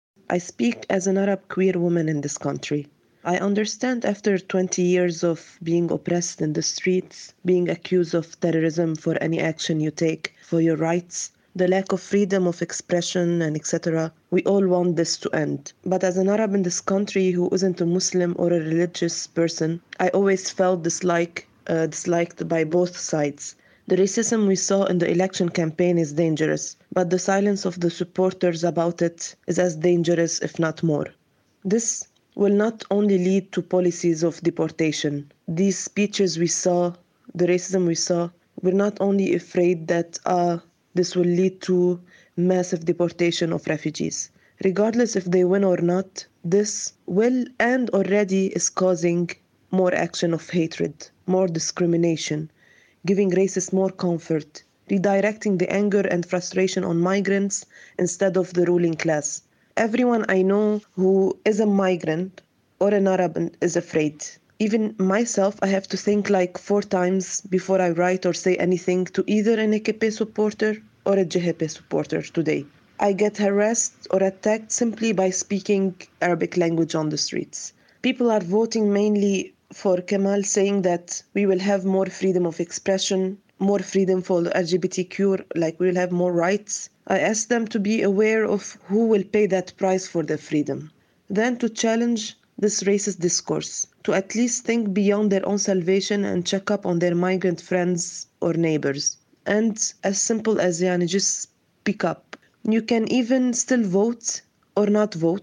I speak as an Arab queer woman in this country. I understand after 20 years of being oppressed in the streets, being accused of terrorism for any action you take for your rights, the lack of freedom of expression and etc. We all want this to end. But as an Arab in this country who isn't a Muslim or a religious person, I always felt disliked by both sides. The racism we saw in the election campaign is dangerous, but the silence of the supporters about it is as dangerous, if not more. This will not only lead to policies of deportation. These speeches we saw, the racism we saw, we're not only afraid that this will lead to massive deportation of refugees. Regardless if they win or not, this will and already is causing more action of hatred, more discrimination, giving racists more comfort, redirecting the anger and frustration on migrants instead of the ruling class. Everyone I know who is a migrant or an Arab is afraid. Even myself, I have to think like 4 times before I write or say anything to either an AKP supporter or a CHP supporter today. I get harassed or attacked simply by speaking Arabic language on the streets. People are voting mainly for Kemal, saying that we will have more freedom of expression, more freedom for the LGBTQ, like we will have more rights. I ask them to be aware of who will pay that price for their freedom. Then to challenge this racist discourse, to at least think beyond their own salvation and check up on their migrant friends or neighbors. And as simple as just speak up. You can even still vote or not vote.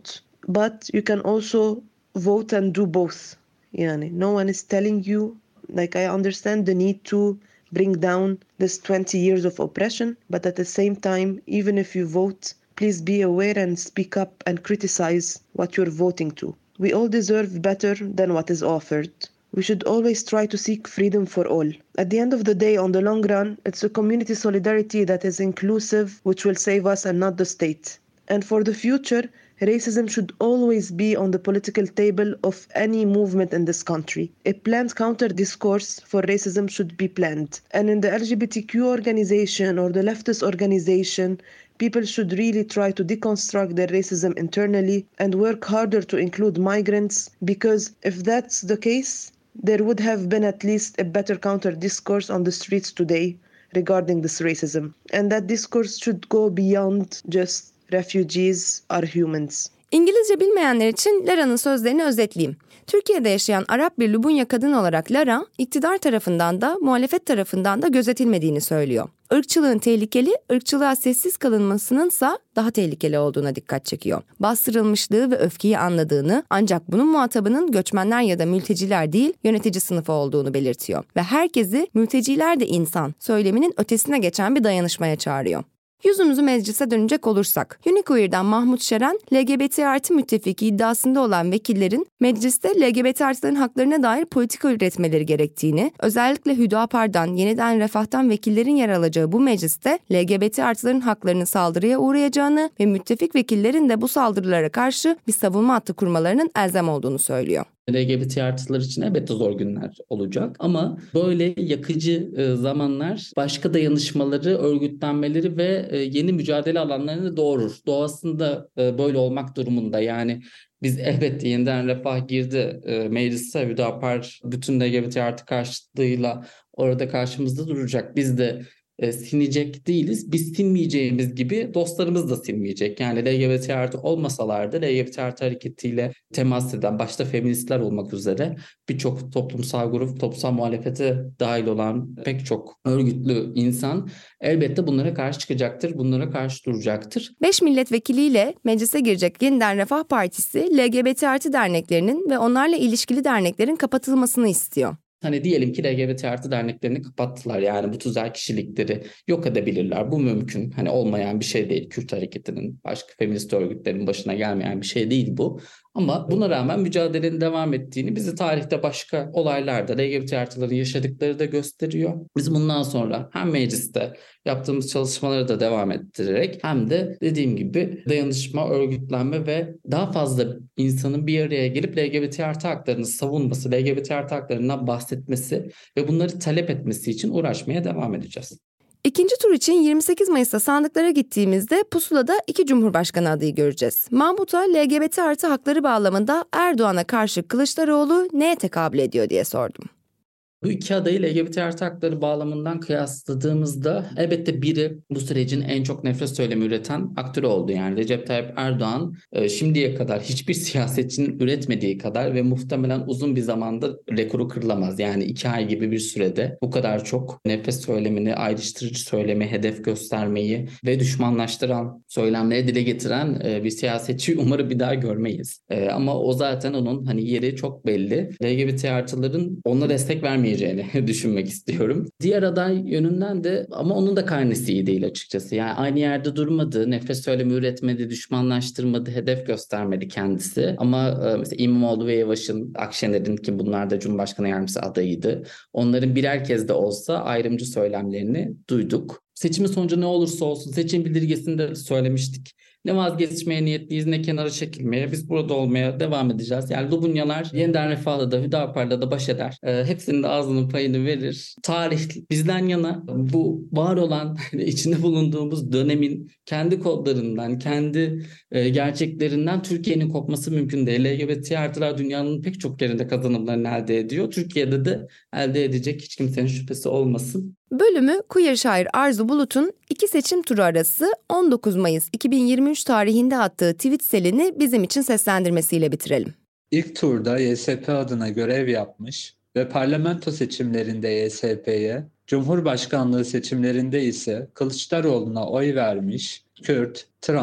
but you can also vote and do both. Yani no one is telling you, like I understand the need to bring down this 20 years of oppression, but at the same time, even if you vote, please be aware and speak up and criticize what you're voting to. We all deserve better than what is offered. We should always try to seek freedom for all. At the end of the day, on the long run, it's a community solidarity that is inclusive, which will save us and not the state. And for the future, racism should always be on the political table of any movement in this country. A planned counter-discourse for racism should be planned. And in the LGBTQ organization or the leftist organization, people should really try to deconstruct their racism internally and work harder to include migrants, because if that's the case, there would have been at least a better counter-discourse on the streets today regarding this racism. And that discourse should go beyond just refugees are humans. İngilizce bilmeyenler için Lara'nın sözlerini özetleyeyim. Türkiye'de yaşayan Arap bir Lubunya kadın olarak Lara, iktidar tarafından da muhalefet tarafından da gözetilmediğini söylüyor. Irkçılığın tehlikeli, ırkçılığa sessiz kalınmasınınsa daha tehlikeli olduğuna dikkat çekiyor. Bastırılmışlığı ve öfkeyi anladığını, ancak bunun muhatabının göçmenler ya da mülteciler değil, yönetici sınıfı olduğunu belirtiyor. Ve herkesi mülteciler de insan söyleminin ötesine geçen bir dayanışmaya çağırıyor. Yüzümüzü meclise dönecek olursak, Uniqueer'den Mahmut Şeren, LGBT artı müttefiki iddiasında olan vekillerin mecliste LGBT artıların haklarına dair politika üretmeleri gerektiğini, özellikle Hüdapar'dan, Yeniden Refah'tan vekillerin yer alacağı bu mecliste LGBT artıların haklarının saldırıya uğrayacağını ve müttefik vekillerin de bu saldırılara karşı bir savunma hattı kurmalarının elzem olduğunu söylüyor. LGBT artılar için elbette zor günler olacak ama böyle yakıcı zamanlar başka dayanışmaları, örgütlenmeleri ve yeni mücadele alanlarını doğurur. Doğasında böyle olmak durumunda. Yani biz elbette Yeniden Refah girdi meclise, Hüdapar bütün LGBT artı karşıtlığıyla orada karşımızda duracak. Biz de sinecek değiliz. Biz sinmeyeceğimiz gibi dostlarımız da sinmeyecek. Yani LGBT artı olmasalardı LGBT artı hareketiyle temas eden, başta feministler olmak üzere birçok toplumsal grup, toplumsal muhalefete dahil olan pek çok örgütlü insan elbette bunlara karşı çıkacaktır, bunlara karşı duracaktır. 5 milletvekiliyle meclise girecek Yeniden Refah Partisi, LGBT artı derneklerinin ve onlarla ilişkili derneklerin kapatılmasını istiyor. Hani diyelim ki LGBT artı derneklerini kapattılar. Yani bu tüzel kişilikleri yok edebilirler. Bu mümkün. Hani olmayan bir şey değil. Kürt hareketinin, başka feminist örgütlerin başına gelmeyen bir şey değil bu. Ama buna rağmen mücadelenin devam ettiğini bizi tarihte başka olaylarda LGBT artıların yaşadıkları da gösteriyor. Biz bundan sonra hem mecliste yaptığımız çalışmaları da devam ettirerek hem de dediğim gibi dayanışma, örgütlenme ve daha fazla insanın bir araya gelip LGBT artı haklarını savunması, LGBT artı haklarından bahsetmesi ve bunları talep etmesi için uğraşmaya devam edeceğiz. İkinci tur için 28 Mayıs'ta sandıklara gittiğimizde pusulada 2 Cumhurbaşkanı adayı göreceğiz. Mahmut'a LGBT artı hakları bağlamında Erdoğan'a karşı Kılıçdaroğlu neye tekabül ediyor diye sordum. Bu iki adayı LGBT artı hakları bağlamından kıyasladığımızda elbette biri bu sürecin en çok nefret söylemi üreten aktörü oldu. Yani Recep Tayyip Erdoğan şimdiye kadar hiçbir siyasetçinin üretmediği kadar ve muhtemelen uzun bir zamanda rekoru kırılamaz. Yani 2 ay gibi bir sürede bu kadar çok nefret söylemini, ayrıştırıcı söylemi, hedef göstermeyi ve düşmanlaştıran söylemleri dile getiren bir siyasetçi umarım bir daha görmeyiz. Ama o zaten onun hani yeri çok belli. LGBT artıların ona destek vermeyeceğini düşünmek istiyorum. Diğer aday yönünden de ama onun da karnesi iyi değil açıkçası. Yani aynı yerde durmadı, nefret söylemi üretmedi, düşmanlaştırmadı, hedef göstermedi kendisi. Ama mesela İmamoğlu ve Yavaş'ın, Akşener'in ki bunlar da Cumhurbaşkanı Yardımcısı adayıydı. Onların birer kez de olsa ayrımcı söylemlerini duyduk. Seçimin sonucu ne olursa olsun seçim bildirgesinde söylemiştik. Ne vazgeçmeye niyetliyiz ne kenara çekilmeye. Biz burada olmaya devam edeceğiz. Yani Lubunyalar Yeniden Refah'la da Hüdapar'la da baş eder. Hepsinin de ağzının payını verir. Tarih bizden yana, bu var olan içinde bulunduğumuz dönemin kendi kodlarından, kendi gerçeklerinden Türkiye'nin kopması mümkün değil. LGBT artılar dünyanın pek çok yerinde kazanımlarını elde ediyor. Türkiye'de de elde edecek, hiç kimsenin şüphesi olmasın. Bölümü queer şair Arzu Bulut'un 2 seçim turu arası 19 Mayıs 2023 tarihinde attığı tweet selini bizim için seslendirmesiyle bitirelim. İlk turda YSP adına görev yapmış ve parlamento seçimlerinde YSP'ye, Cumhurbaşkanlığı seçimlerinde ise Kılıçdaroğlu'na oy vermiş Kürt, trans,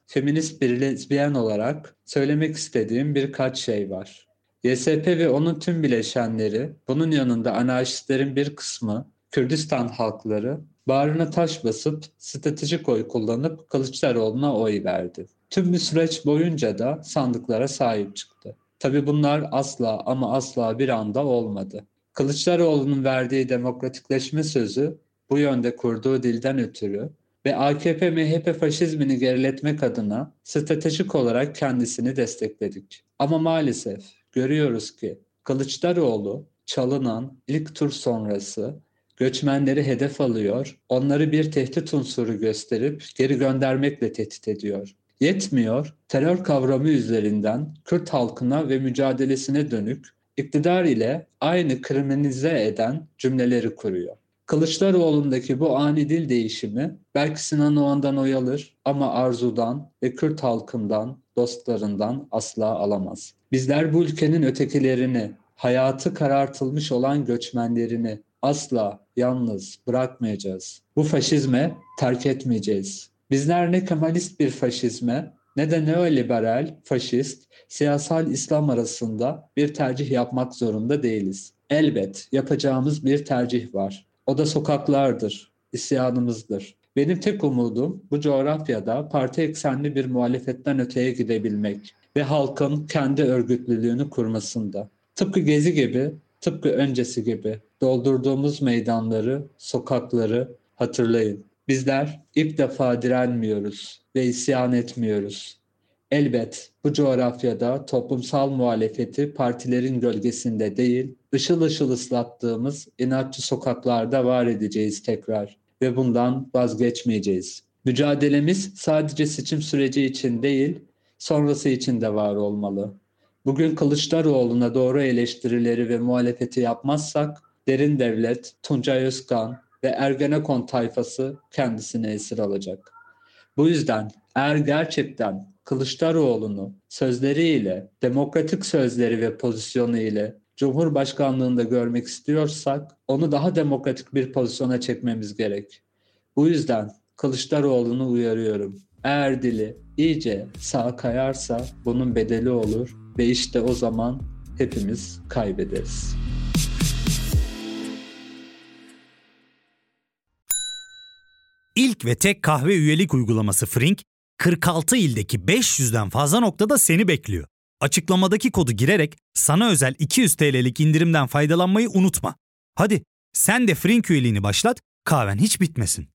feminist bir lezbiyen olarak söylemek istediğim birkaç şey var. YSP ve onun tüm bileşenleri, bunun yanında anarşistlerin bir kısmı, Kürdistan halkları, bağrına taş basıp stratejik oy kullanıp Kılıçdaroğlu'na oy verdi. Tüm bu süreç boyunca da sandıklara sahip çıktı. Tabii bunlar asla ama asla bir anda olmadı. Kılıçdaroğlu'nun verdiği demokratikleşme sözü bu yönde kurduğu dilden ötürü ve AKP-MHP faşizmini geriletmek adına stratejik olarak kendisini destekledik. Ama maalesef görüyoruz ki Kılıçdaroğlu çalınan ilk tur sonrası göçmenleri hedef alıyor, onları bir tehdit unsuru gösterip geri göndermekle tehdit ediyor. Yetmiyor, terör kavramı üzerinden Kürt halkına ve mücadelesine dönük iktidar ile aynı kriminalize eden cümleleri kuruyor. Kılıçdaroğlu'ndaki bu ani dil değişimi belki Sinan Oğan'dan oy alır ama Arzu'dan ve Kürt halkından, dostlarından asla alamaz. Bizler bu ülkenin ötekilerini, hayatı karartılmış olan göçmenlerini asla yalnız bırakmayacağız. Bu faşizme terk etmeyeceğiz. Bizler ne Kemalist bir faşizme ne de neoliberal, faşist, siyasal İslam arasında bir tercih yapmak zorunda değiliz. Elbet yapacağımız bir tercih var. O da sokaklardır, isyanımızdır. Benim tek umudum bu coğrafyada parti eksenli bir muhalefetten öteye gidebilmek ve halkın kendi örgütlülüğünü kurmasında. Tıpkı Gezi gibi, tıpkı öncesi gibi doldurduğumuz meydanları, sokakları hatırlayın. Bizler ilk defa direnmiyoruz ve isyan etmiyoruz. Elbet bu coğrafyada toplumsal muhalefeti partilerin gölgesinde değil, ışıl ışıl ıslattığımız inatçı sokaklarda var edeceğiz tekrar ve bundan vazgeçmeyeceğiz. Mücadelemiz sadece seçim süreci için değil, sonrası için de var olmalı. Bugün Kılıçdaroğlu'na doğru eleştirileri ve muhalefeti yapmazsak, derin devlet, Tuncay Özkan ve Ergenekon tayfası kendisine esir alacak. Bu yüzden eğer gerçekten Kılıçdaroğlu'nu sözleriyle, demokratik sözleri ve pozisyonu ile Cumhurbaşkanlığında görmek istiyorsak onu daha demokratik bir pozisyona çekmemiz gerek. Bu yüzden Kılıçdaroğlu'nu uyarıyorum. Eğer dili iyice sağa kayarsa bunun bedeli olur ve işte o zaman hepimiz kaybederiz. İlk ve tek kahve üyelik uygulaması Frink, 46 ildeki 500'den fazla noktada seni bekliyor. Açıklamadaki kodu girerek sana özel 200 TL'lik indirimden faydalanmayı unutma. Hadi sen de Frink üyeliğini başlat, kahven hiç bitmesin.